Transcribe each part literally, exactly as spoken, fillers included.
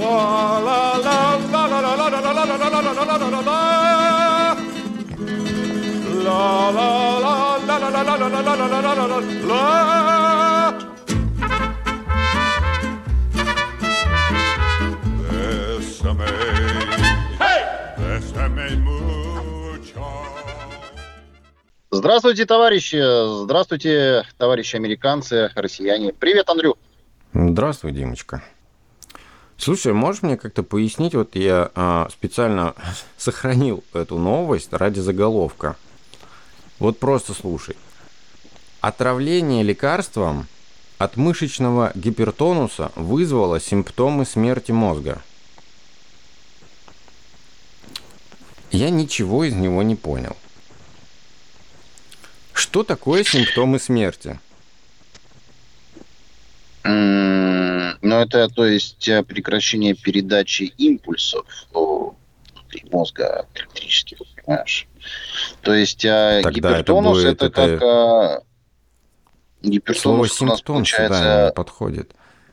Здравствуйте, товарищи! Здравствуйте, товарищи американцы, россияне. Привет, Андрюх! Здравствуй, Димочка. Слушай, можешь мне как-то пояснить, вот я а, специально сохранил эту новость ради заголовка. Вот просто слушай. Отравление лекарством от мышечного гипертонуса вызвало симптомы смерти мозга. Я ничего из него не понял. Что такое симптомы смерти? Ну, это, то есть, прекращение передачи импульсов внутри мозга электрических, понимаешь? То есть, Тогда гипертонус это, будет, это как... Это... Гипертонус Слово у нас получается... сюда не подходит.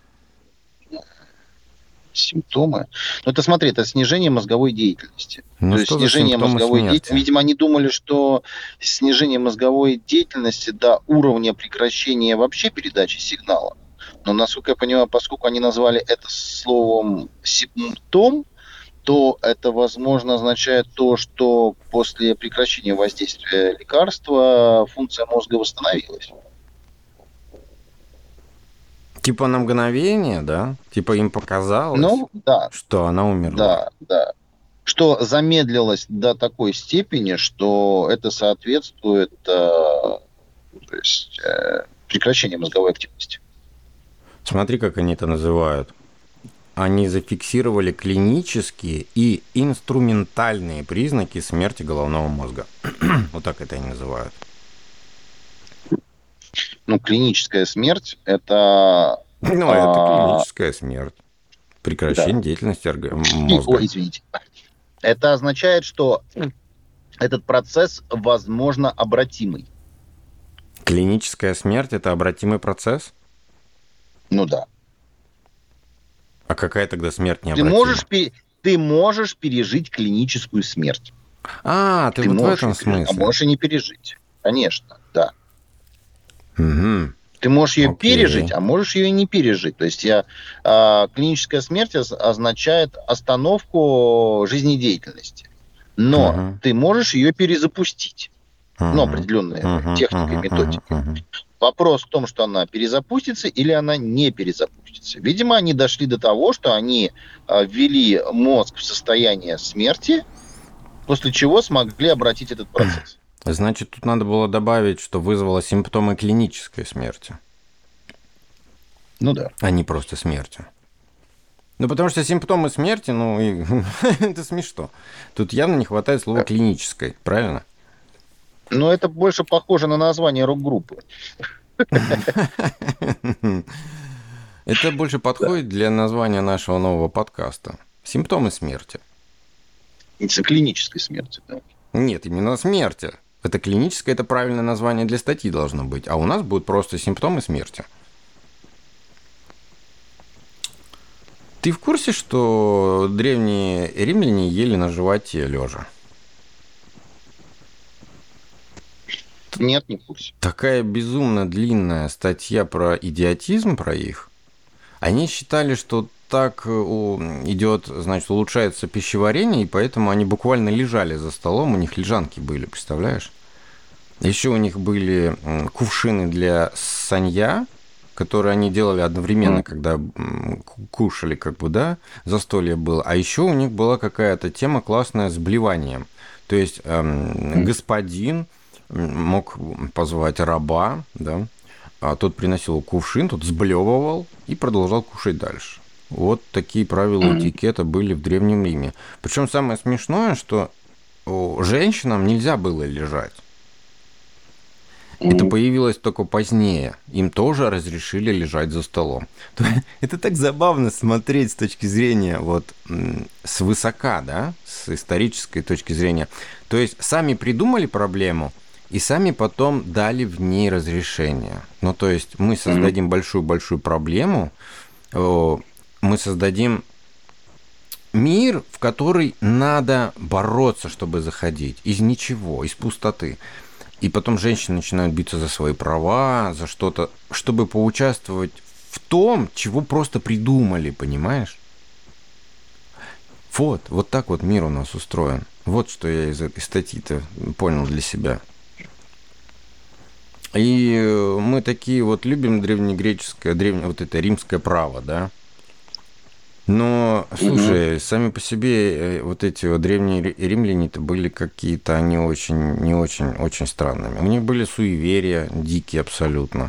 Симптомы. Ну, это, смотри, это снижение мозговой деятельности. Ну, То есть снижение мозговой деятельности. Видимо, они думали, что снижение мозговой деятельности до уровня прекращения вообще передачи сигнала. Но, насколько я понимаю, поскольку они назвали это словом симптом, то это, возможно, означает то, что после прекращения воздействия лекарства функция мозга восстановилась. Типа на мгновение, да? Типа им показалось, ну, да. что она умерла. Да, да. Что замедлилось до такой степени, что это соответствует э, то есть, э, прекращению мозговой активности. Смотри, как они это называют. Они зафиксировали клинические и инструментальные признаки смерти головного мозга. Вот так это они называют. Ну, клиническая смерть – это... Ну, а... это клиническая смерть. Прекращение да. деятельности мозга. Ой, извините. Это означает, что этот процесс, возможно, обратимый. Клиническая смерть – это обратимый процесс? Ну, да. А какая тогда смерть необратима? Ты можешь, ты можешь пережить клиническую смерть. А, ты, ты вот в этом смысле. А можешь и не пережить. Конечно, да. Угу. Ты можешь ее Окей. пережить, а можешь ее и не пережить. То есть я, а, клиническая смерть означает остановку жизнедеятельности. Но uh-huh. ты можешь ее перезапустить. Uh-huh. Ну, определенной uh-huh. техникой, uh-huh. методикой. Uh-huh. Вопрос в том, что она перезапустится или она не перезапустится. Видимо, они дошли до того, что они а, ввели мозг в состояние смерти, после чего смогли обратить этот процесс. Значит, тут надо было добавить, что вызвало симптомы клинической смерти. Ну да. А не просто смерти. Ну, потому что симптомы смерти, ну, и... это смешно. Тут явно не хватает слова да. клинической, правильно? Ну, это больше похоже на название рок-группы. Это больше подходит для названия нашего нового подкаста. Симптомы смерти. Это клинической смерти, да? Нет, именно смерти. Это клиническое, это правильное название для статьи должно быть. А у нас будут просто симптомы смерти. Ты в курсе, что древние римляне ели на животе лежа? Нет, не в курсе. Такая безумно длинная статья про идиотизм, про их. Они считали, что так идет, значит, улучшается пищеварение, и поэтому они буквально лежали за столом, у них лежанки были, представляешь? Еще у них были кувшины для санья, которые они делали одновременно, mm. когда кушали, как бы, да, застолье было. А еще у них была какая-то тема классная с блеванием. То есть эм, mm. господин мог позвать раба, да, а тот приносил кувшин, тот сблевывал и продолжал кушать дальше. Вот такие правила mm. этикета были в Древнем Риме. Причем самое смешное, что женщинам нельзя было лежать. Это появилось только позднее. Им тоже разрешили лежать за столом. Это так забавно смотреть с точки зрения вот свысока, да, с исторической точки зрения. То есть сами придумали проблему и сами потом дали в ней разрешение. Ну, то есть мы создадим большую-большую проблему, мы создадим мир, в который надо бороться, чтобы заходить. Из ничего, из пустоты. И потом женщины начинают биться за свои права, за что-то, чтобы поучаствовать в том, чего просто придумали, понимаешь? Вот, вот так вот мир у нас устроен. Вот что я из этой статьи-то понял для себя. И мы такие вот любим древнегреческое, древнее, вот это римское право, да? Но, слушай, mm-hmm. сами по себе вот эти вот древние римляне-то были какие-то, они очень, не очень, очень странными. У них были суеверия дикие абсолютно.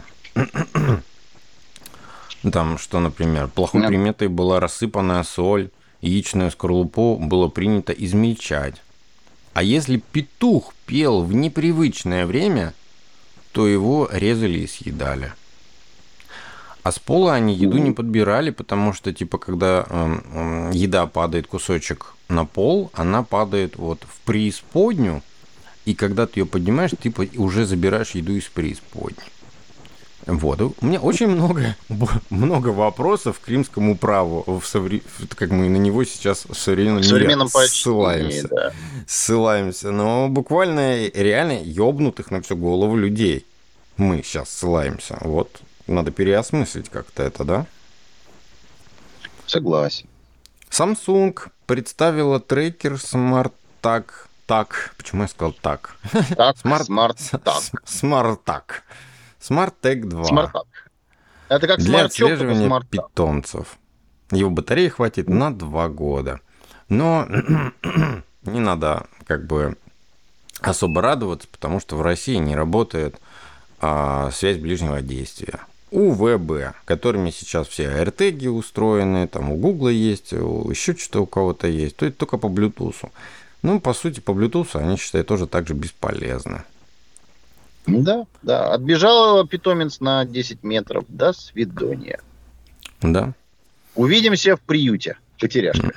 Там, что, например, плохой yeah. приметой была рассыпанная соль, яичную скорлупу было принято измельчать. А если петух пел в непривычное время, то его резали и съедали. А с пола они еду не подбирали, потому что, типа, когда э, э, еда падает кусочек на пол, она падает вот в преисподнюю, и когда ты ее поднимаешь, ты уже забираешь еду из преисподней. Вот. У меня очень много, много вопросов к римскому праву, в совре... как мы на него сейчас в современном, в современном мире ссылаемся. Да. ссылаемся. Но буквально реально ёбнутых на всю голову людей мы сейчас ссылаемся. Вот. Надо переосмыслить как-то это, да? Согласен. Samsung представила трекер SmartTag. Так, почему я сказал так? Так, Smart... SmartTag. SmartTag. SmartTag два. SmartTag. Это как для отслеживания питомцев. Его батареи хватит на два года. Но не надо как бы особо радоваться, потому что в России не работает а, связь ближнего действия. У вэ бэ, которыми сейчас все AirTag устроены, там у Google есть, еще что-то у кого-то есть, то это только по Bluetooth. Ну, по сути, по Bluetooth они, считаю, тоже так же бесполезны. Да, да. Отбежал питомец на десять метров. До свидания. Да. Увидимся в приюте. Потеряшка.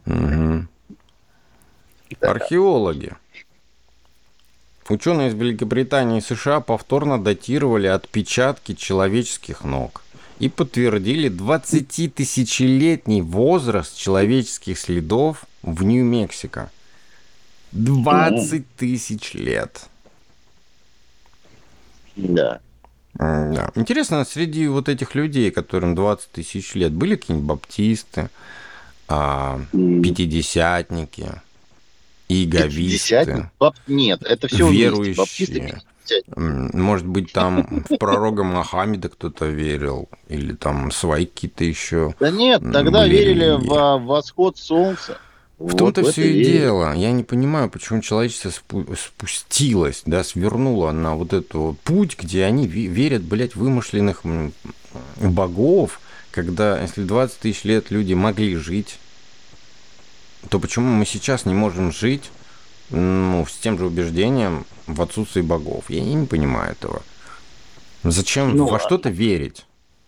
Археологи. Ученые из Великобритании и США повторно датировали отпечатки человеческих ног и подтвердили двадцатитысячелетний возраст человеческих следов в Нью-Мексико. двадцать тысяч лет. Да. Да. Интересно, среди вот этих людей, которым двадцать тысяч лет, были какие-нибудь баптисты, а, пятидесятники, иеговисты? Бап... Нет, это все верующие. Баптисты, может быть, там в пророка Мохаммеда кто-то верил, или там свои какие-то еще. Да нет, тогда были... верили в восход солнца. В том-то вот все и дело. Я не понимаю, почему человечество спустилось, да, свернуло на вот этот путь, где они верят, блядь, в вымышленных богов, когда, если двадцать тысяч лет люди могли жить, то почему мы сейчас не можем жить, ну, с тем же убеждением в отсутствии богов? Я не понимаю этого. Зачем ну, во что-то верить?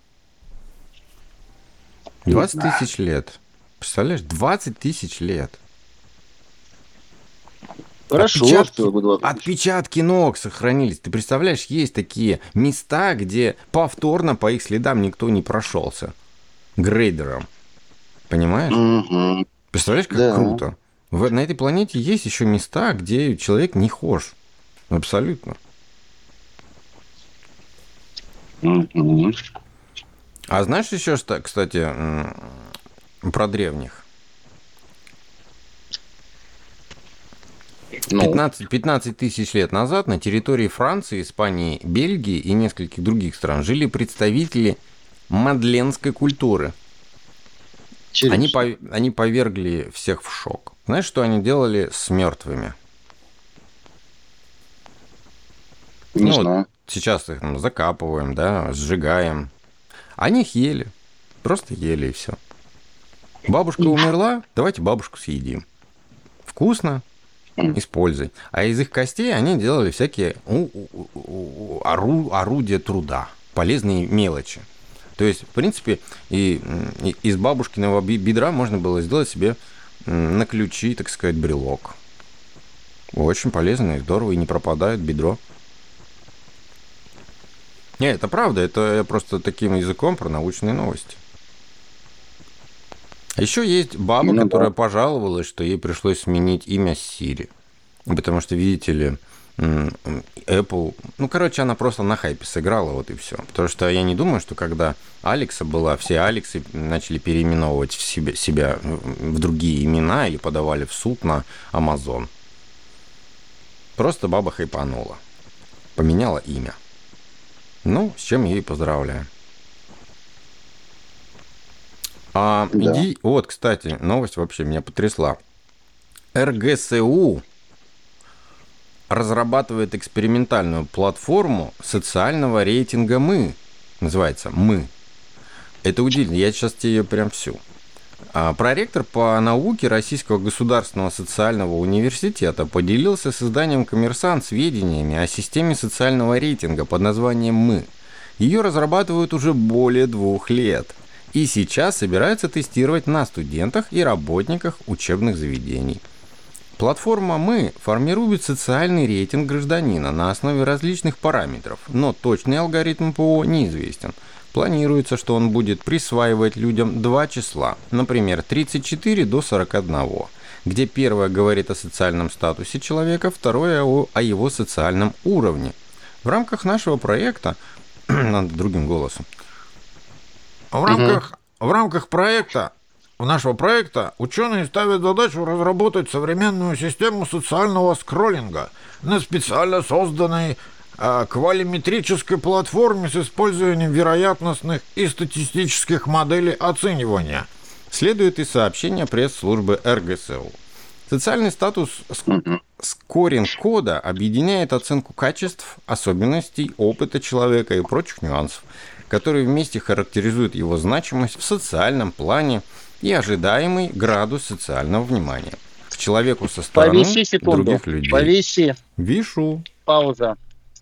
двадцать тысяч лет. Представляешь, двадцать тысяч лет. Хорошо, отпечатки, что отпечатки ног сохранились. Ты представляешь, есть такие места, где повторно по их следам никто не прошелся. Грейдером. Понимаешь? Угу. Представляешь, как да. круто. В, на этой планете есть еще места, где человек не хож. Абсолютно. Угу. А знаешь еще что, кстати, про древних? пятнадцать, пятнадцать тысяч лет назад на территории Франции, Испании, Бельгии и нескольких других стран жили представители мадленской культуры. Они, они повергли всех в шок. Знаешь, что они делали с мертвыми? Не ну, знаю. Вот сейчас их ну, закапываем, да, сжигаем. Они их ели. Просто ели и все. Бабушка умерла, давайте бабушку съедим. Вкусно, используй. А из их костей они делали всякие ору, орудия труда, полезные мелочи. То есть, в принципе, и, и из бабушкиного бедра можно было сделать себе на ключи, так сказать, брелок. Очень полезно и здорово, и не пропадает бедро. Не, это правда, это я просто таким языком про научные новости. Еще есть баба, Ну, которая да. пожаловалась, что ей пришлось сменить имя Siri. Потому что, видите ли, Apple... Ну, короче, она просто на хайпе сыграла, вот и все. Потому что я не думаю, что когда Алекса была, все Алексы начали переименовывать в себя, себя в другие имена или подавали в суд на Amazon. Просто баба хайпанула. Поменяла имя. Ну, с чем я и поздравляю. А, Да. иди... Вот, кстати, новость вообще меня потрясла. эр гэ эс у разрабатывает экспериментальную платформу социального рейтинга «Мы». Называется «Мы». Это удивительно, я сейчас тебе ее прям всю. А проректор по науке Российского государственного социального университета поделился с изданием «Коммерсант» сведениями о системе социального рейтинга под названием «Мы». Ее разрабатывают уже более двух лет. И сейчас собираются тестировать на студентах и работниках учебных заведений. Платформа «Мы» формирует социальный рейтинг гражданина на основе различных параметров, но точный алгоритм ПО неизвестен. Планируется, что он будет присваивать людям два числа, например, тридцать четыре до сорок один, где первое говорит о социальном статусе человека, второе о, о его социальном уровне. В рамках нашего проекта, надо другим голосом, в рамках, угу. в рамках проекта нашего проекта ученые ставят задачу разработать современную систему социального скроллинга на специально созданной э, квалиметрической платформе с использованием вероятностных и статистических моделей оценивания. Следует из сообщения пресс-службы эр гэ эс у. Социальный статус скоринг-кода объединяет оценку качеств, особенностей, опыта человека и прочих нюансов, которые вместе характеризуют его значимость в социальном плане и ожидаемый градус социального внимания к человеку со стороны других людей. Повиси. Вишу. Пауза.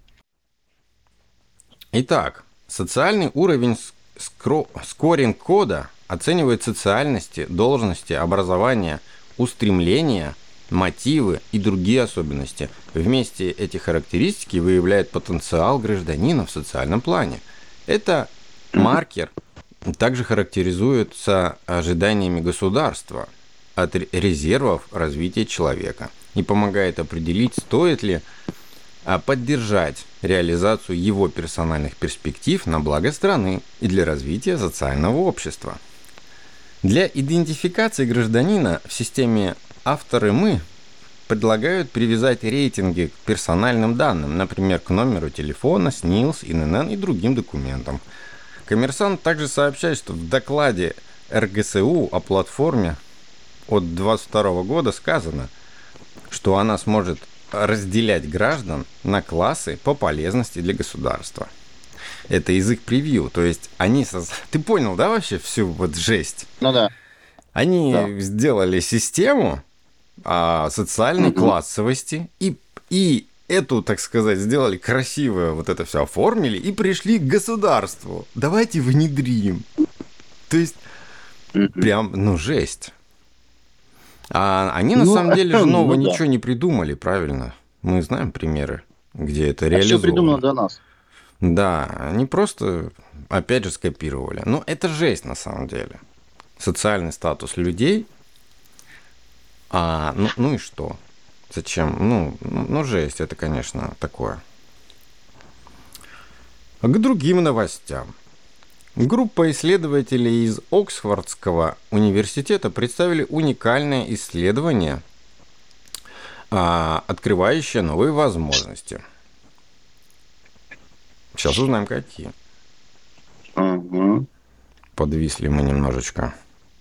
Итак, социальный уровень скро- скоринг-кода оценивает социальности, должности, образование, устремления, мотивы и другие особенности. Вместе эти характеристики выявляют потенциал гражданина в социальном плане. Это маркер также характеризуется ожиданиями государства от резервов развития человека и помогает определить, стоит ли поддержать реализацию его персональных перспектив на благо страны и для развития социального общества. Для идентификации гражданина в системе «Авторы Мы» предлагают привязать рейтинги к персональным данным, например, к номеру телефона, СНИЛС, эн эн эн и другим документам. «Коммерсант» также сообщает, что в докладе эр гэ эс у о платформе от двадцать второго года сказано, что она сможет разделять граждан на классы по полезности для государства. Это из их превью, то есть они... Соз... Ты понял, да, вообще всю вот жесть? Ну да. Они да. сделали систему а, социальной угу. классовости и, и эту, так сказать, сделали красиво, вот это все оформили и пришли к государству. Давайте внедрим. То есть угу. прям, ну, жесть. А они на ну, самом деле же нового ну, ничего да. не придумали, правильно? Мы знаем примеры, где это а реализовано. Все придумано для нас. Да, они просто, опять же, скопировали. Ну, это жесть на самом деле. Социальный статус людей. А, ну, ну и что? Зачем? Ну, ну, жесть, это, конечно, такое. А к другим новостям. Группа исследователей из Оксфордского университета представили уникальное исследование, открывающее новые возможности. Сейчас узнаем, какие. Угу. Подвисли мы немножечко.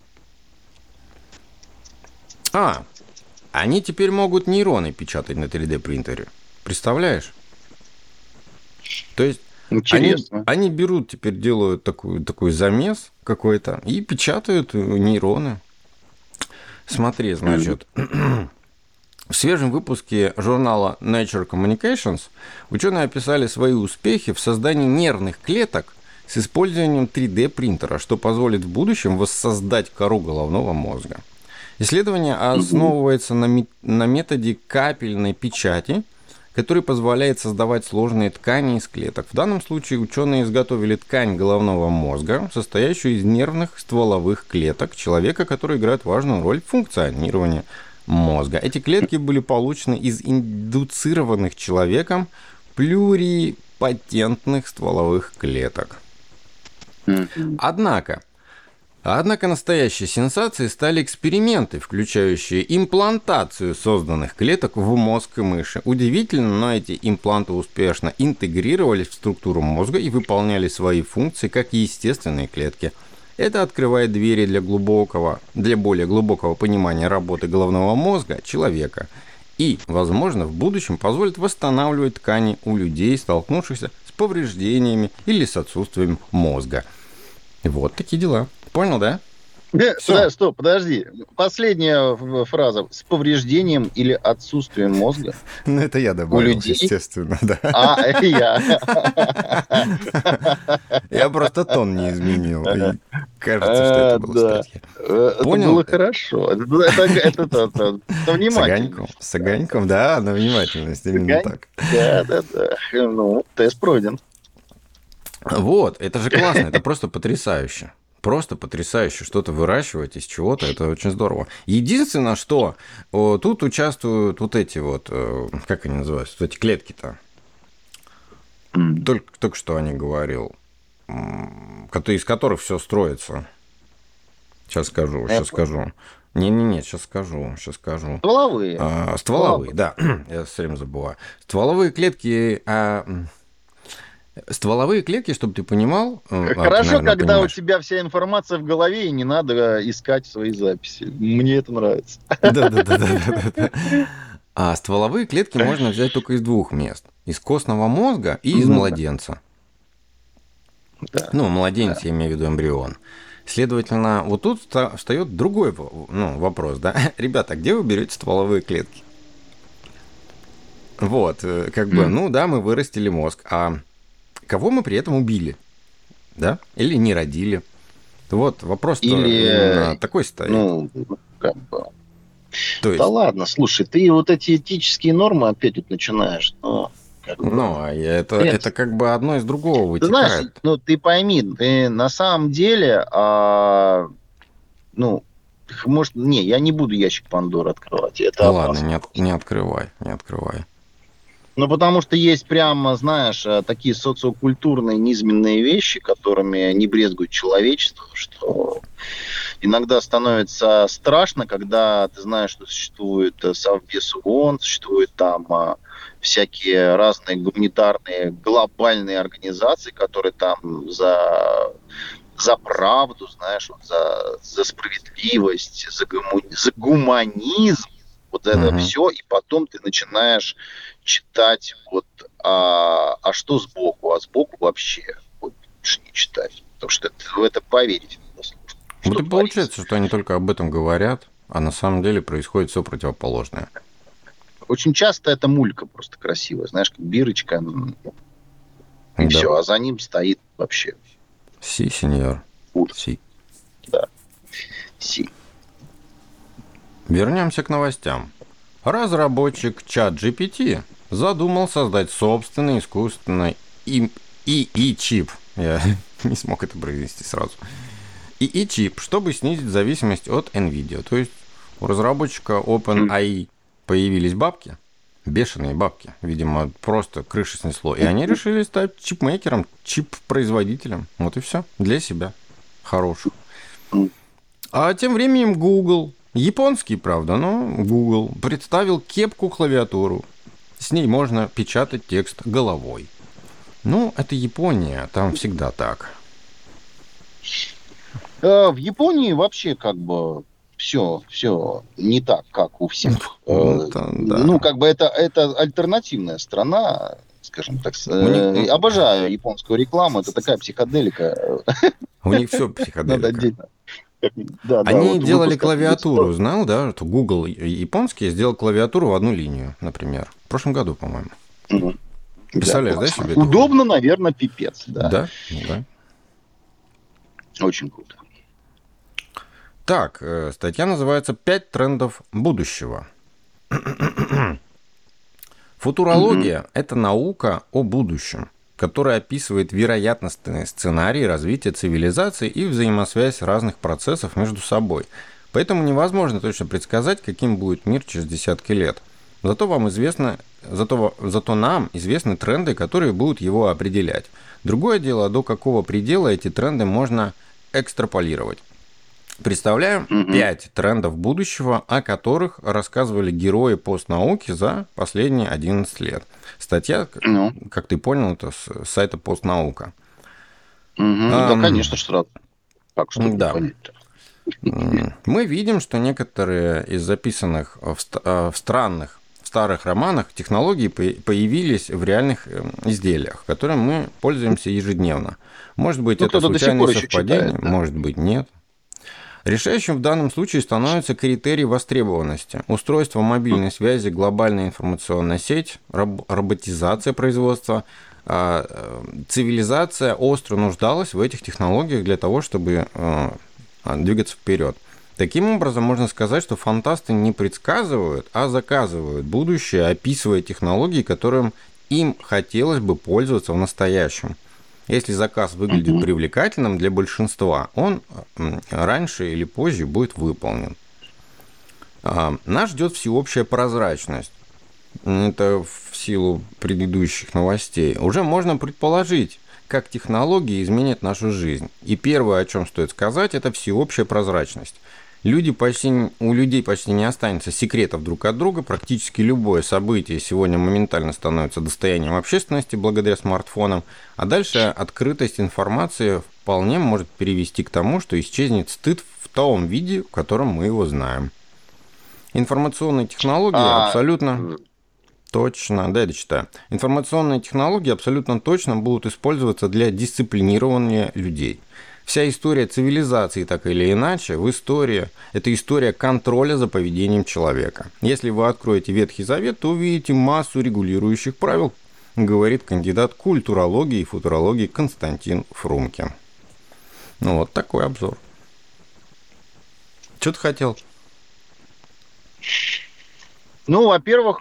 А, они теперь могут нейроны печатать на три дэ принтере. Представляешь? То есть Они, они берут, теперь делают такой, такой замес какой-то и печатают нейроны. Смотри, значит, в свежем выпуске журнала Nature Communications ученые описали свои успехи в создании нервных клеток с использованием три дэ принтера, что позволит в будущем воссоздать кору головного мозга. Исследование основывается на, на методе капельной печати, который позволяет создавать сложные ткани из клеток. В данном случае ученые изготовили ткань головного мозга, состоящую из нервных стволовых клеток человека, которые играют важную роль в функционировании мозга. Эти клетки были получены из индуцированных человеком плюрипотентных стволовых клеток. Однако, однако настоящей сенсацией стали эксперименты, включающие имплантацию созданных клеток в мозг мыши. Удивительно, но эти импланты успешно интегрировались в структуру мозга и выполняли свои функции как естественные клетки. Это открывает двери для глубокого, для более глубокого понимания работы головного мозга человека и, возможно, в будущем позволит восстанавливать ткани у людей, столкнувшихся с повреждениями или с отсутствием мозга. Вот такие дела. Понял, да? Да, стоп, подожди. Последняя фраза. С повреждением или отсутствием мозга. Ну, это я добавил, естественно, да. А, я. Я просто тон не изменил. И кажется, что это было в статье. Это было хорошо. Это внимательно. С огоньком, да, на внимательность. Именно так. Да, да, да. Ну, тест пройден. Вот, это же классно, это просто потрясающе. Просто потрясающе что-то выращивать из чего-то, это очень здорово. Единственное, что о, тут участвуют вот эти вот, как они называются, вот эти клетки-то. Mm. Только, только что о них говорил, из которых все строится. Сейчас скажу, сейчас это... скажу. Не-не-не, сейчас скажу, сейчас скажу. Стволовые. А, стволовые, да, я все время забываю. Стволовые клетки... А... Стволовые клетки, чтобы ты понимал... Хорошо, а, когда понимаешь. У тебя вся информация в голове, и не надо искать свои записи. Мне это нравится. Да-да-да. А стволовые клетки можно взять только из двух мест. Из костного мозга и из младенца. Да. Ну, младенец, да. Я имею в виду эмбрион. Следовательно, вот тут встает другой ну, вопрос, да? Ребята, где вы берете стволовые клетки? Вот, как бы, ну да, мы вырастили мозг, а... Кого мы при этом убили, да? Или не родили. Вот вопрос Или... такой стоит. Ну, как бы... То есть... Да ладно, слушай, ты вот эти этические нормы опять вот начинаешь, но... Как бы... Ну, это, это как бы одно из другого вытекает. Ты знаешь, ну, ты пойми, ты на самом деле, а... ну, может, не, я не буду ящик Пандоры открывать. Это ну, ладно, не, от, не открывай, не открывай. Ну, потому что есть прямо, знаешь, такие социокультурные низменные вещи, которыми не брезгует человечество, что иногда становится страшно, когда ты знаешь, что существует Совбез ООН, существуют там всякие разные гуманитарные глобальные организации, которые там за, за правду, знаешь, вот за, за справедливость, за, гумани, за гуманизм. Вот это uh-huh. все, и потом ты начинаешь читать, вот, а, а что сбоку, а сбоку вообще вот, лучше не читать, потому что это, в это поверить невозможно. Вот и получается, что они только об этом говорят, а на самом деле происходит все противоположное. Очень часто это мулька просто красивая, знаешь, как бирочка, и да. Все, а за ним стоит вообще. Си, сеньор. Си. Да. Си. Вернемся к новостям. Разработчик ChatGPT задумал создать собственный искусственный и и-чип. Я не смог это произнести сразу. и-чип, чтобы снизить зависимость от NVIDIA. То есть у разработчика OpenAI появились бабки, бешеные бабки. Видимо, просто крыша снесло. И они решили стать чипмейкером, чип-производителем. Вот и все. Для себя. Хороших. А тем временем Google... Японский, правда, но Google представил кепку-клавиатуру. С ней можно печатать текст головой. Ну, это Япония, там всегда так. В Японии вообще как бы все, все не так, как у всех. Ну, да. ну как бы это, это альтернативная страна, скажем так. Них... Обожаю японскую рекламу, это такая психоделика. У них все психоделика. Да, Они да, вот делали клавиатуру, знал, да, что Google японский сделал клавиатуру в одну линию, например. В прошлом году, по-моему. Угу. Представляешь, да, да себе? Удобно, это? Наверное, пипец, да. Да, да. Очень круто. Так, статья называется «Пять трендов будущего». Футурология mm-hmm. – это наука о будущем, которая описывает вероятностные сценарии развития цивилизации и взаимосвязь разных процессов между собой. Поэтому невозможно точно предсказать, каким будет мир через десятки лет. Зато вам известно, зато, зато нам известны тренды, которые будут его определять. Другое дело, до какого предела эти тренды можно экстраполировать. Представляем mm-hmm. пять трендов будущего, о которых рассказывали герои постнауки за последние одиннадцать лет. Статья, mm-hmm. как ты понял, это с сайта Постнаука. Mm-hmm. А, да, конечно, что сразу. Так, что да. понять-то. Мы видим, что некоторые из записанных в, в странных, в старых романах технологий появились в реальных изделиях, которыми мы пользуемся ежедневно. Может быть, ну, это случайное совпадение, читает, да? Может быть, нет. Решающим в данном случае становится критерий востребованности. Устройство мобильной связи, глобальная информационная сеть, роб- роботизация производства. Цивилизация остро нуждалась в этих технологиях для того, чтобы двигаться вперед. Таким образом, можно сказать, что фантасты не предсказывают, а заказывают будущее, описывая технологии, которым им хотелось бы пользоваться в настоящем. Если заказ выглядит mm-hmm. привлекательным для большинства, он раньше или позже будет выполнен. Нас ждет всеобщая прозрачность. Это в силу предыдущих новостей. Уже можно предположить, как технологии изменят нашу жизнь. И первое, о чем стоит сказать, это всеобщая прозрачность. Люди почти, у людей почти не останется секретов друг от друга. Практически любое событие сегодня моментально становится достоянием общественности благодаря смартфонам. А дальше открытость информации вполне может привести к тому, что исчезнет стыд в том виде, в котором мы его знаем. Информационные технологии а... абсолютно... Точно, да, я дочитаю. Информационные технологии абсолютно точно будут использоваться для дисциплинирования людей. Вся история цивилизации, так или иначе, в истории – это история контроля за поведением человека. Если вы откроете Ветхий Завет, то увидите массу регулирующих правил, говорит кандидат культурологии и футурологии Константин Фрумке. Ну, вот такой обзор. Что ты хотел? Ну, во-первых,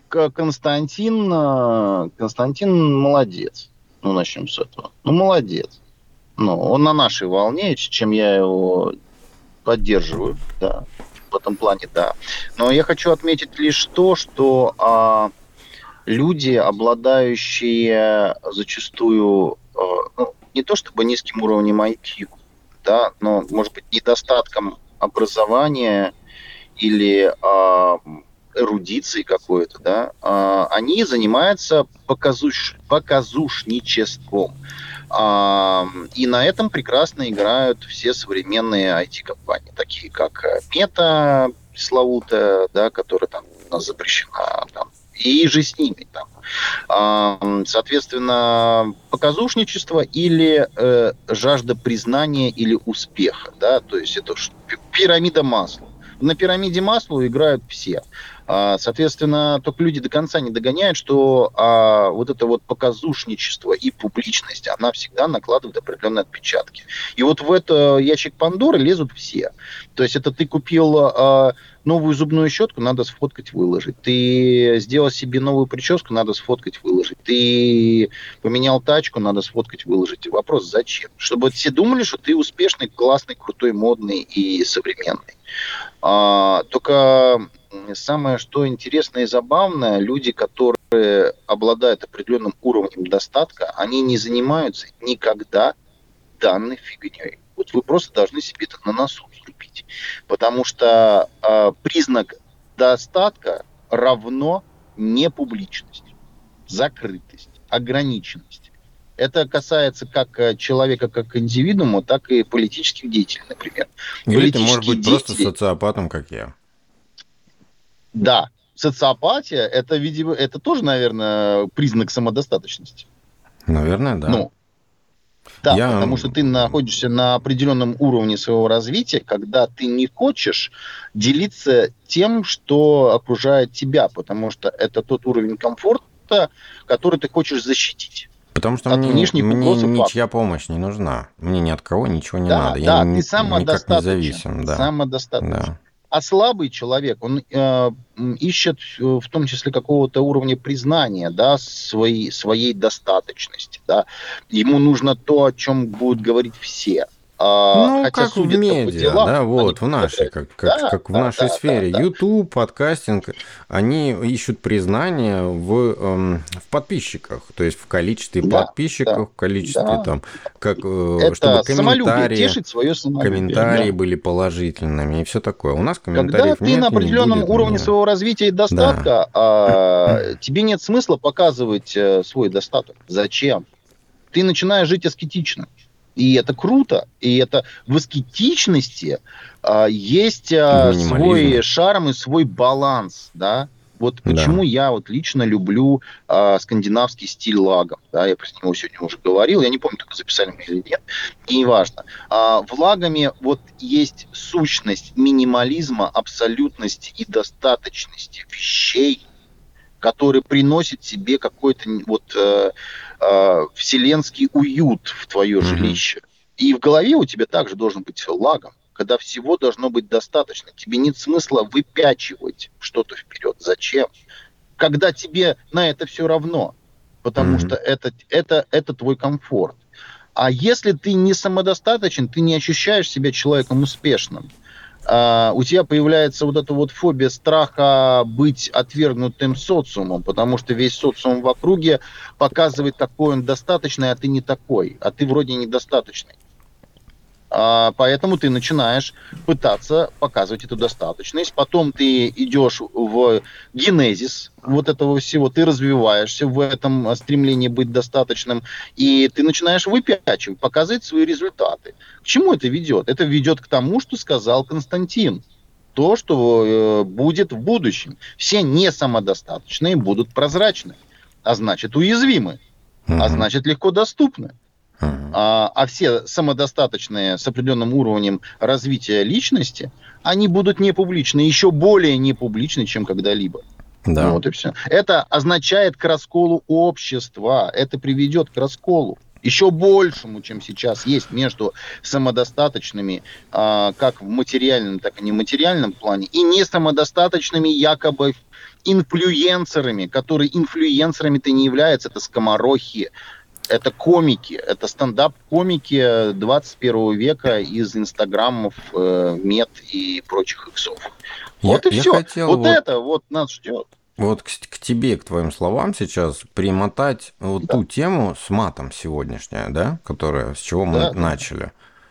Константин, Константин молодец. Ну, начнем с этого. Ну, молодец. Ну, он на нашей волне, чем я его поддерживаю, да, в этом плане, да. Но я хочу отметить лишь то, что а, люди, обладающие зачастую, а, ну, не то чтобы низким уровнем ай кью, да, но, может быть, недостатком образования или а, эрудиции какой-то, да, а, они занимаются показуш, показушничеством. И на этом прекрасно играют все современные ай ти-компании, такие как Мета, пресловутая, да, которая там у нас запрещена, там, и же с ними. Там. Соответственно, показушничество или э, жажда признания или успеха. Да, то есть это пирамида Маслоу. На пирамиде Маслоу играют все. Соответственно, только люди до конца не догоняют, что а, вот это вот показушничество и публичность, она всегда накладывает определенные отпечатки. И вот в этот ящик Пандоры лезут все. То есть это ты купил а, новую зубную щетку, надо сфоткать, выложить. Ты сделал себе новую прическу, надо сфоткать, выложить. Ты поменял тачку, надо сфоткать, выложить. Вопрос, зачем? Чтобы все думали, что ты успешный, классный, крутой, модный и современный. А, только... Самое, что интересно и забавное, люди, которые обладают определенным уровнем достатка, они не занимаются никогда данной фигней. Вот вы просто должны себе это на носу вступить. Потому что э, признак достатка равно непубличность, закрытость, ограниченность. Это касается как человека, как индивидуума, так и политических деятелей, например. Или ты можешь быть деятели... просто социопатом, как я. Да, социопатия, это, видимо, это тоже, наверное, признак самодостаточности. Наверное, да. Ну, да, Я... потому что ты находишься на определенном уровне своего развития, когда ты не хочешь делиться тем, что окружает тебя, потому что это тот уровень комфорта, который ты хочешь защитить. Потому что мне, мне ничья помощь не нужна. Мне ни от кого ничего не да, надо. Да, Я ты самодостаточен. Никак не зависим. Да. Самодостаточен. Да. А слабый человек, он э, ищет в том числе какого-то уровня признания, да, своей, своей достаточности, да. Ему нужно то, о чем будут говорить все. А, Ну, хотя как в судят-то по медиа, делам, да, а не вот, по в нашей, фотографии. как, как, Да, как в да, нашей да, да, сфере. да. YouTube, подкастинг, они ищут признание в, эм, в подписчиках, то есть в количестве Да, да, подписчиков, в количестве да. там, как, э, чтобы Это самолюбие, комментарии, тешить свое самолюбие, комментарии да. были положительными и все такое. У нас Когда комментариев ты на нет и не определенном будет, уровне да. своего развития и Да. достатка, а, тебе нет смысла показывать э, свой достаток. Зачем? Ты начинаешь жить аскетично. И это круто. И это в аскетичности а, есть В а, свой минимализме. шарм и свой баланс, да. Вот почему Да. я вот лично люблю а, скандинавский стиль лагом. Да, я про него сегодня уже говорил. Я не помню, только записали мы или нет. И неважно. А, в лагами вот есть сущность минимализма, абсолютности и достаточности вещей, который приносит тебе какой-то вот э, э, вселенский уют в твое Угу. жилище. И в голове у тебя также должен быть лагом, когда всего должно быть достаточно. Тебе нет смысла выпячивать что-то вперед. Зачем? Когда тебе на это все равно, потому Угу. что это, это, это твой комфорт. А если ты не самодостаточен, ты не ощущаешь себя человеком успешным, Uh, у тебя появляется вот эта вот фобия страха быть отвергнутым социумом, потому что весь социум в округе показывает, какой он достаточный, а ты не такой, а ты вроде недостаточный. Uh, поэтому ты начинаешь пытаться показывать эту достаточность. Потом ты идешь в генезис вот этого всего, ты развиваешься в этом стремлении быть достаточным, и ты начинаешь выпячивать, показывать свои результаты. К чему это ведет? Это ведет к тому, что сказал Константин. То, что э, будет в будущем. Все не самодостаточные будут прозрачны, а значит уязвимы, Угу. а значит легко доступны. Угу. А, а все самодостаточные с определенным уровнем развития личности, они будут не публичны, еще более не публичны, чем когда-либо. Да. Ну, вот и все. Это означает к расколу общества. Это приведет к расколу еще большему, чем сейчас есть между самодостаточными, а, как в материальном, так и нематериальном плане, и не самодостаточными якобы инфлюенсерами, которые инфлюенсерами-то не являются, это скоморохи. Это комики, это стендап-комики двадцать первого века из инстаграмов, э, мет и прочих иксов. Вот я, и я все. Хотел вот, вот это вот нас ждет. Вот к, к тебе, к твоим словам сейчас примотать вот Да. ту тему с матом сегодняшняя, да, которая, с чего мы Да, да. начали.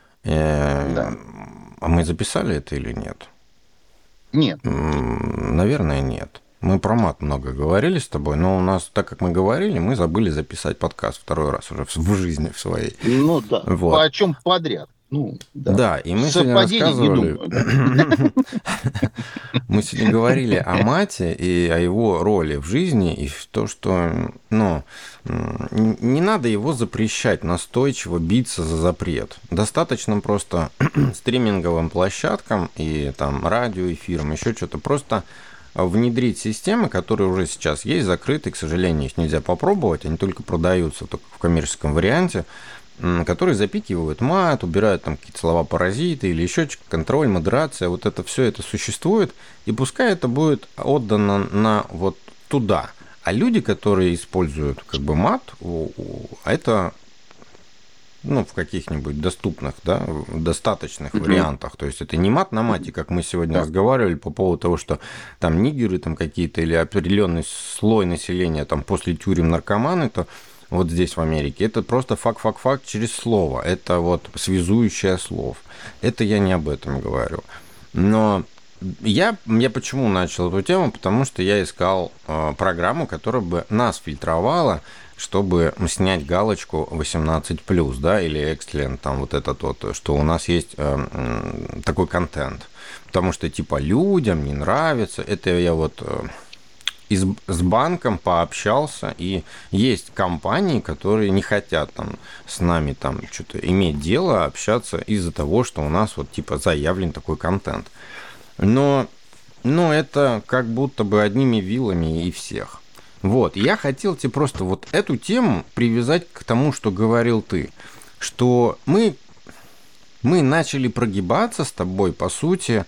Э, Да. А мы записали это или нет? Нет. М, Наверное, нет. Мы про мат много говорили с тобой, но у нас, так как мы говорили, мы забыли записать подкаст второй раз уже в, в жизни в своей. Ну да. Вот. По чем подряд. Ну, да. Да, и мы сегодня Совпадений не рассказывали, думаю, да. мы сегодня говорили о мате и о его роли в жизни, и в то, что, ну, не надо его запрещать, настойчиво биться за запрет. Достаточно просто стриминговым площадкам и там радиоэфирам, еще что-то, просто внедрить системы, которые уже сейчас есть, закрыты, к сожалению, их нельзя попробовать, они только продаются только в коммерческом варианте, которые запикивают мат, убирают там какие-то слова-паразиты или еще что-то, контроль, модерация, вот это все это существует, и пускай это будет отдано на вот туда. А люди, которые используют как бы мат, это ну, в каких-нибудь доступных, да, достаточных mm-hmm. вариантах. То есть это не мат на мате, как мы сегодня yeah. разговаривали по поводу того, что там нигеры там какие-то или определенный слой населения там после тюрем наркоманы, то вот здесь в Америке, это просто факт-факт-факт через слово. Это вот связующее слов. Это я не об этом говорю. Но я, я почему начал эту тему? Потому что я искал э, программу, которая бы нас фильтровала, чтобы снять галочку восемнадцать плюс, да, или Excellent, там вот это то, что у нас есть э, э, такой контент. Потому что типа людям не нравится. Это я вот... Э, И с, с банком пообщался, и есть компании, которые не хотят там с нами там что-то иметь дело, общаться из-за того, что у нас вот типа заявлен такой контент. Но, но это как будто бы одними вилами и всех. Вот, я хотел тебе просто вот эту тему привязать к тому, что говорил ты, что мы, мы начали прогибаться с тобой, по сути,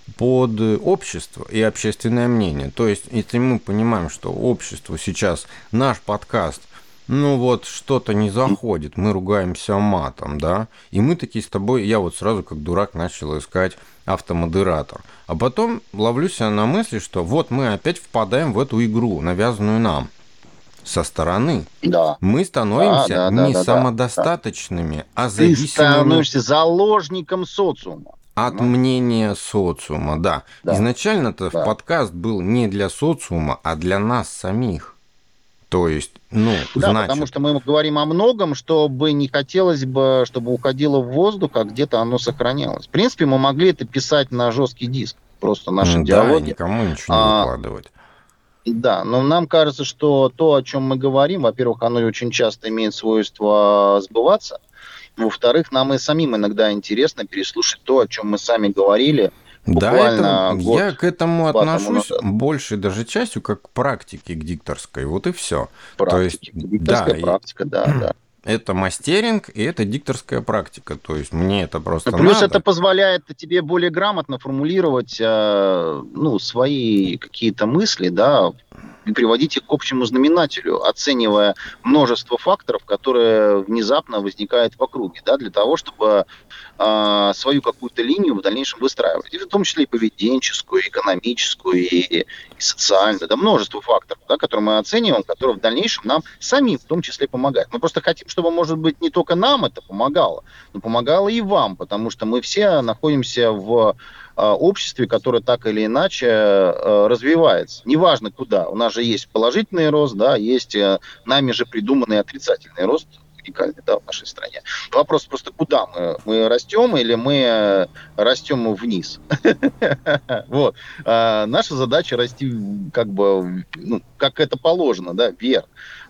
под общество и общественное мнение. То есть, если мы понимаем, что обществу сейчас наш подкаст, ну вот что-то не заходит, мы ругаемся матом, да, и мы такие с тобой, я вот сразу как дурак начал искать автомодератор. А потом ловлю себя на мысли, что вот мы опять впадаем в эту игру, навязанную нам со стороны. Да. Мы становимся да, да, не да, самодостаточными, да. а Ты зависимыми... становишься заложником социума. От понимаешь? Мнения социума, да. да. Изначально-то да. подкаст был не для социума, а для нас самих. То есть, ну, да, значит... потому что мы говорим о многом, чтобы не хотелось бы, чтобы уходило в воздух, а где-то оно сохранялось. В принципе, мы могли это писать на жесткий диск, просто наши да, диалоги. Да, никому ничего не а, выкладывать. Да, но нам кажется, что то, о чем мы говорим, во-первых, оно очень часто имеет свойство сбываться. Во-вторых, нам и самим иногда интересно переслушать то, о чем мы сами говорили. Да, это, год, я к этому отношусь большей даже частью как к практике, к дикторской. Вот и все. Практики, то есть, дикторская да, практика, да, да. Это мастеринг, и это дикторская практика. То есть мне это просто Плюс надо. это позволяет тебе более грамотно формулировать ну, свои какие-то мысли, да, и приводить их к общему знаменателю, оценивая множество факторов, которые внезапно возникают в округе, да, для того, чтобы э, свою какую-то линию в дальнейшем выстраивать. И в том числе и поведенческую, и экономическую, и, и социальную. Да, множество факторов, да, которые мы оцениваем, которые в дальнейшем нам самим в том числе помогают. Мы просто хотим, чтобы, может быть, не только нам это помогало, но помогало и вам, потому что мы все находимся в обществе, которое так или иначе э, развивается. Неважно куда. У нас же есть положительный рост, да, есть э, нами же придуманный отрицательный рост, уникальный, да, в нашей стране. Вопрос просто, куда мы? Мы растем или мы растем вниз? Вот. Наша задача расти как бы, ну, как это положено, да, вверх.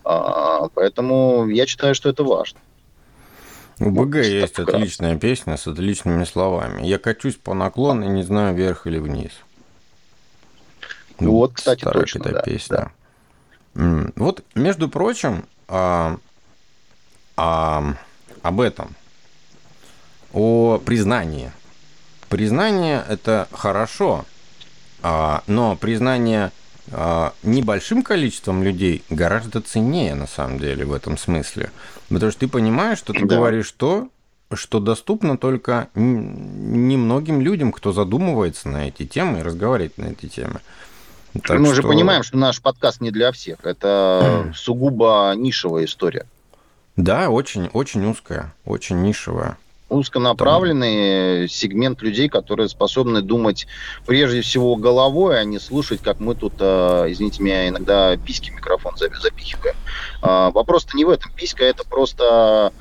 Поэтому я считаю, что это важно. У БГ ну, есть отличная песня с отличными словами. Я качусь по наклону и не знаю, вверх или вниз. Ну, вот, кстати, Старая точно, эта да, песня. Да. Вот, между прочим, а, а, об этом, о признании. Признание – это хорошо, а, но признание а, небольшим количеством людей гораздо ценнее, на самом деле, в этом смысле. Потому что ты понимаешь, что ты да. говоришь то, что доступно только немногим людям, кто задумывается на эти темы и разговаривает на эти темы. Так Мы что... же понимаем, что наш подкаст не для всех. Это сугубо нишевая история. Да, очень, очень узкая, очень нишевая. Узконаправленный Там... сегмент людей, которые способны думать прежде всего головой, а не слушать, как мы тут, извините меня, иногда письки в микрофон запихиваем. Вопрос-то не в этом. Писька – это просто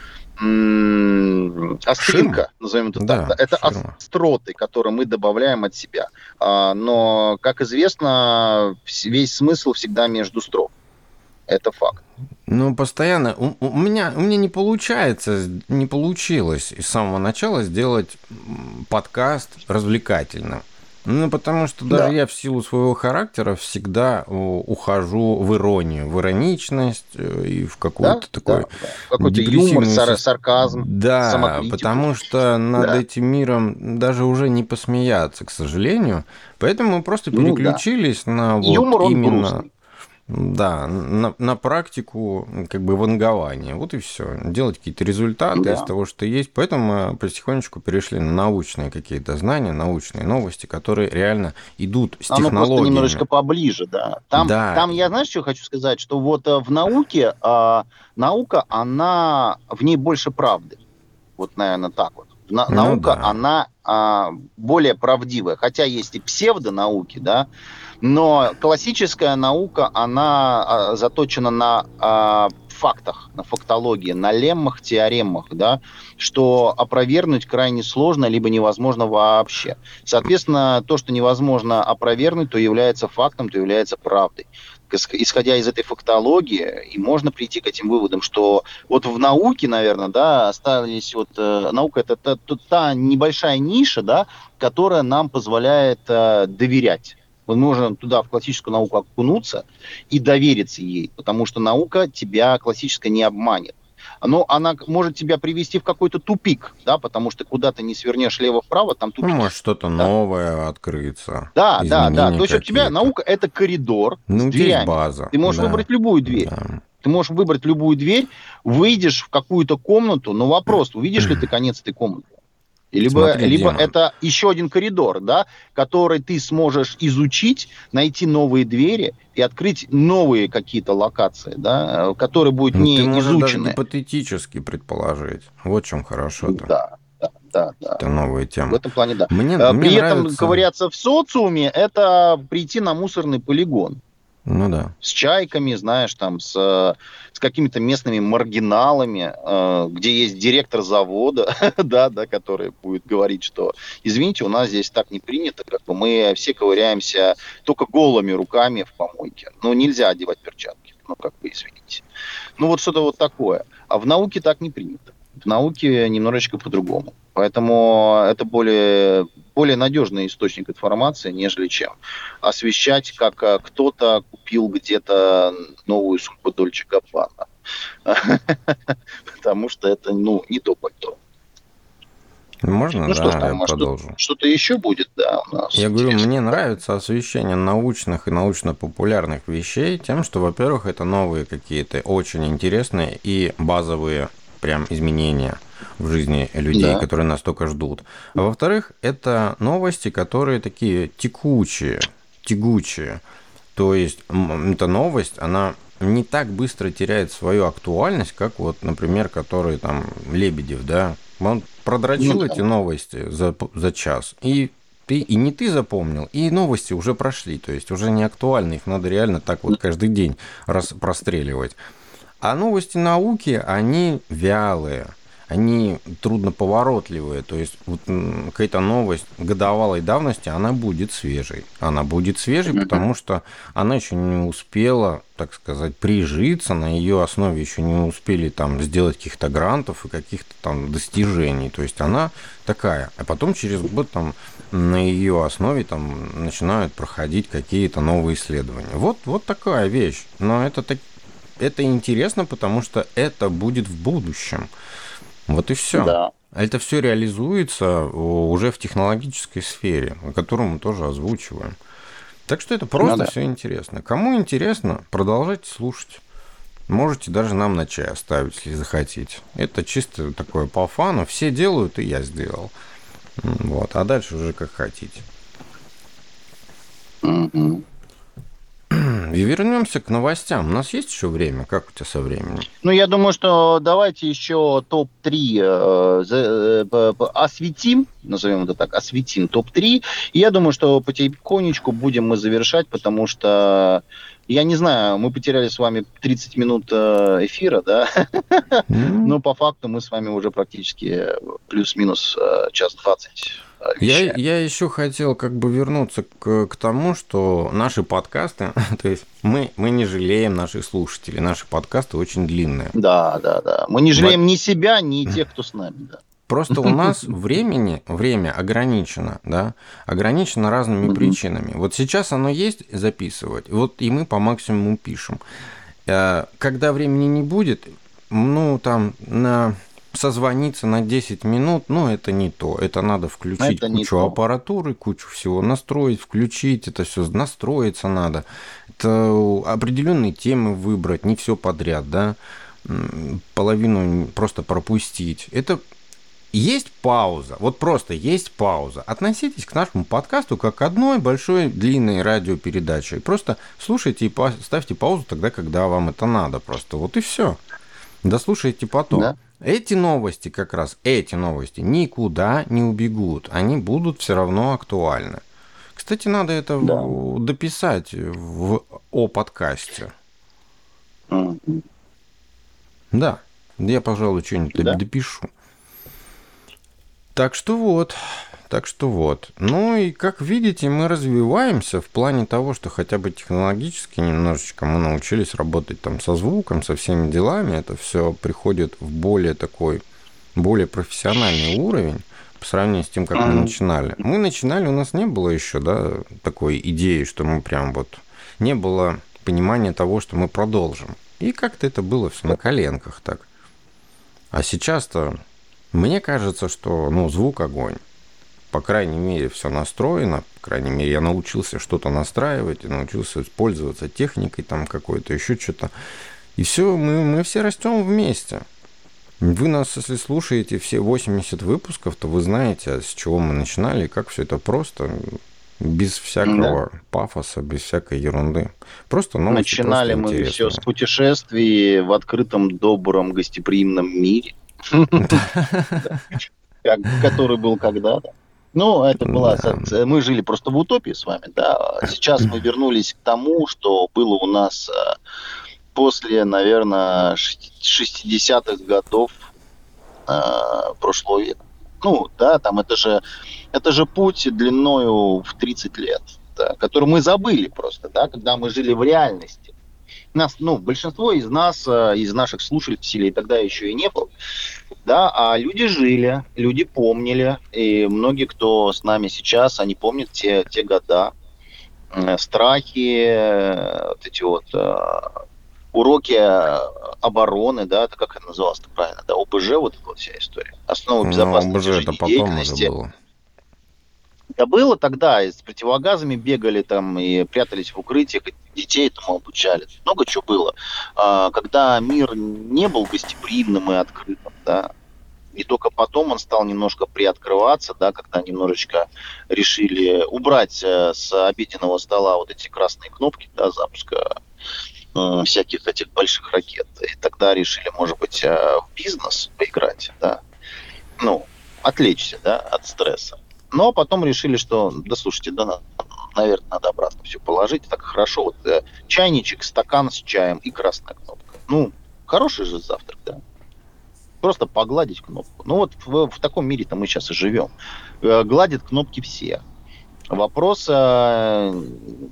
м- остринка, ширма. Назовем это да, так. Это ширма. Остроты, которые мы добавляем от себя. Но, как известно, весь смысл всегда между строк. Это факт. Ну, постоянно. У, у, меня, у меня не получается, не получилось с самого начала сделать подкаст развлекательным. Ну, потому что даже да. я в силу своего характера всегда ухожу в иронию, в ироничность и в какую-то да, такой... Да, да. Какой-то юмор, сар- сарказм, да, самокритику. Потому что над да. этим миром даже уже не посмеяться, к сожалению. Поэтому мы просто переключились ну, да. на вот юмор, он именно... грустный. Да, на, на практику как бы вангования. Вот и все. Делать какие-то результаты да. из того, что есть. Поэтому мы потихонечку перешли на научные какие-то знания, научные новости, которые реально идут с Оно технологиями. Оно просто немножечко поближе, да. Там, да. там я, знаешь, что хочу сказать? Что вот в науке, э, наука, она, в ней больше правды. Вот, наверное, так вот. На, ну, наука, да. она э, более правдивая. Хотя есть и псевдонауки, да. Но классическая наука, она заточена на э, фактах, на фактологии, на леммах, теоремах, да, что опровергнуть крайне сложно, либо невозможно вообще. Соответственно, то, что невозможно опровергнуть, то является фактом, то является правдой. Исходя из этой фактологии, и можно прийти к этим выводам, что вот в науке, наверное, да, остались вот э, наука это та, та, та небольшая ниша, да, которая нам позволяет э, доверять. Мы можем туда, в классическую науку, окунуться и довериться ей, потому что наука тебя классическая не обманет. но она может тебя привести в какой-то тупик, да, потому что куда ты не свернешь лево-вправо, там тупик. Ну, может что-то да? новое открыться. Да, да, да. То есть у тебя наука – это коридор ну, с дверями. База. Ты можешь да. выбрать любую дверь. Да. Ты можешь выбрать любую дверь, выйдешь в какую-то комнату, но вопрос, увидишь ли ты конец этой комнаты? Либо, Смотри, либо Дима. это еще один коридор, да, который ты сможешь изучить, найти новые двери и открыть новые какие-то локации, да, которые будут ну, не ты можешь изучены. Даже гипотетически предположить. Вот в чем хорошо-то. Да, да, да, да. Это новая тема. В этом плане, да. Мне, При мне этом нравится... ковыряться в социуме – это прийти на мусорный полигон. Ну да. С чайками, знаешь, там, с, с какими-то местными маргиналами, э, где есть директор завода, да, да, который будет говорить, что, извините, у нас здесь так не принято, как бы мы все ковыряемся только голыми руками в помойке. Ну, нельзя одевать перчатки, ну, как бы, извините. Ну, вот что-то вот такое. А в науке так не принято. В науке немножечко по-другому. Поэтому это более, более надежный источник информации, нежели чем освещать, как кто-то купил где-то новую сумку Дольче Габбана. Потому что это, ну, не то пальто. Можно, ну, да, что ж, там, я продолжу. Что-то, что-то еще будет, да, у нас. Я говорю, мне нравится освещение научных и научно-популярных вещей тем, что, во-первых, это новые какие-то очень интересные и базовые прям изменения в жизни людей, да. которые нас только ждут. А во-вторых, это новости, которые такие текучие, тягучие. То есть эта новость, она не так быстро теряет свою актуальность, как вот, например, который там Лебедев, да, он продрочил ну, да. эти новости за, за час, и ты и не ты запомнил, и новости уже прошли, то есть уже не актуальны, их надо реально так вот каждый день раз, простреливать. А новости науки, они вялые, они трудноповоротливые. То есть вот какая-то новость годовалой давности, она будет свежей. Она будет свежей, потому что она еще не успела, так сказать, прижиться, на ее основе еще не успели там сделать каких-то грантов и каких-то там достижений. То есть она такая. А потом через год там на ее основе там начинают проходить какие-то новые исследования. Вот, вот такая вещь. Но это так Это интересно, потому что это будет в будущем. Вот и все. Да. Это все реализуется уже в технологической сфере, которую мы тоже озвучиваем. Так что это просто ну, да. все интересно. Кому интересно, продолжайте слушать. Можете даже нам на чай оставить, если захотите. Это чисто такое по фану. Все делают, и я сделал. Вот. А дальше уже как хотите. Mm-hmm. И вернемся к новостям. У нас есть еще время? Как у тебя со временем? Ну, я думаю, что давайте еще топ три э, э, осветим, назовем это так, осветим топ три. И я думаю, что потихонечку будем мы завершать, потому что, я не знаю, мы потеряли с вами тридцать минут эфира, да? Mm-hmm. Но по факту мы с вами уже практически плюс-минус час двадцать. Я, я еще хотел как бы вернуться к, к тому, что наши подкасты, то есть мы, мы не жалеем наших слушателей, наши подкасты очень длинные. Да, да, да. Мы не жалеем вот. ни себя, ни тех, кто с нами. Да. Просто у нас времени, время ограничено, да, ограничено разными причинами. Вот сейчас оно есть записывать, вот и мы по максимуму пишем. Когда времени не будет, ну там на... созвониться на десять минут, ну, это не то. Это надо включить это кучу аппаратуры, кучу всего настроить, включить, это все настроиться надо. Это определенные темы выбрать, не все подряд, да, половину просто пропустить. Это есть пауза, вот просто есть пауза. Относитесь к нашему подкасту как к одной большой длинной радиопередаче. Просто слушайте и ставьте паузу тогда, когда вам это надо просто. Вот и все. Дослушайте потом. Да. Эти новости, как раз эти новости, никуда не убегут. Они будут все равно актуальны. Кстати, надо это да. в, дописать в о подкасте. Mm-hmm. Да, я, пожалуй, что-нибудь да. допишу. Так что вот. Так что вот. Ну и, как видите, мы развиваемся в плане того, что хотя бы технологически немножечко мы научились работать там со звуком, со всеми делами. Это все приходит в более такой, более профессиональный уровень по сравнению с тем, как мы начинали. Мы начинали, у нас не было еще, да, такой идеи, что мы прям вот... Не было понимания того, что мы продолжим. И как-то это было все на коленках так. А сейчас-то мне кажется, что, ну, звук огонь. По крайней мере, все настроено. По крайней мере, я научился что-то настраивать, и научился пользоваться техникой там какой-то, еще что-то. И все, мы, мы все растем вместе. Вы нас, если слушаете все восемьдесят выпусков, то вы знаете, с чего мы начинали, и как все это просто, без всякого да. пафоса, без всякой ерунды. Просто новости, начинали просто мы все с путешествий в открытом, добром, гостеприимном мире, который был когда-то. Ну, это была... Да. Мы жили просто в утопии с вами, да. Сейчас мы вернулись к тому, что было у нас после, наверное, шестидесятых годов э, прошлого века. Ну, да, там это же, это же путь длиною в тридцать лет, да, который мы забыли просто, да, когда мы жили в реальности. Нас, ну, большинство из нас, из наших слушателей тогда еще и не было, да, а люди жили, люди помнили, и многие, кто с нами сейчас, они помнят те, те года, э, страхи, вот эти вот э, уроки обороны, да, это как это называлось-то правильно, да, ОБЖ, вот эта вот вся история, основа безопасности жизнедеятельности. Это было. Да было тогда, и с противогазами бегали там и прятались в укрытиях, и детей этому обучали. Много чего было. А, когда мир не был гостеприимным и открытым, да, и только потом он стал немножко приоткрываться, да, когда немножечко решили убрать с обеденного стола вот эти красные кнопки, да, запуска э, всяких этих больших ракет. И тогда решили, может быть, в бизнес поиграть, да, ну, отвлечься, да, от стресса. Но потом решили, что, да слушайте, да, наверное, надо обратно все положить. Так хорошо, вот э, чайничек, стакан с чаем и красная кнопка. Ну, хороший же завтрак, да. Просто погладить кнопку. Ну вот в, в таком мире-то мы сейчас и живем. Э, гладят кнопки все. Вопрос э,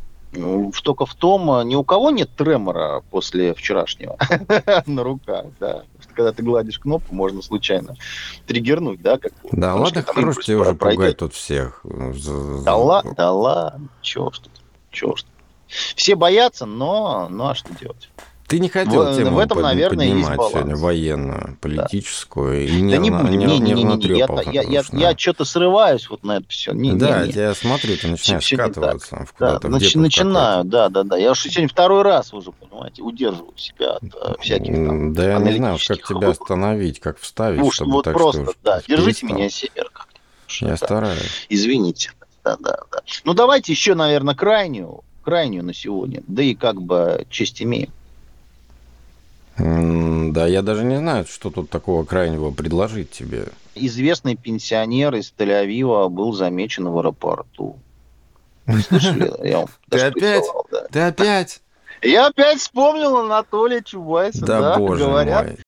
только в том, ни у кого нет тремора после вчерашнего на руках, да. Когда ты гладишь кнопку, можно случайно триггернуть, да? Как, да ладно, хорош тебе уже пугать тут всех. Да ладно, да ладно, чего ж тут, чего ж тут. Все боятся, но, ну а что делать? Ты не хотел в, тему в этом, под, наверное, поднимать сегодня военную, политическую, да. И нервно, да не будем, нервно, не, не, не, не, не. Я, трёпался, я, я, что... я что-то срываюсь вот на это все. Не, да, не, не. я смотрю, ты начинаешь все, скатываться в да, куда-то. нач, начинаю, да, да, да. Я уже сегодня второй раз уже, понимаете, удерживаю себя от uh, всяких там да, я не знаю, как тебя остановить, как вставить, Уж, чтобы вот так, просто, что да, держите перестал. меня север как-то. Я да. стараюсь. Извините. Да, да, да. Ну, давайте еще, наверное, крайнюю, крайнюю на сегодня. Да и как бы честь имеем. Да, я даже не знаю, что тут такого крайнего предложить тебе. Известный пенсионер из Тель-Авива был замечен в аэропорту. Слышали? Я вам Ты опять? Да. Ты опять? Я опять вспомнил Анатолия Чубайса. Да, да боже говорят, мой.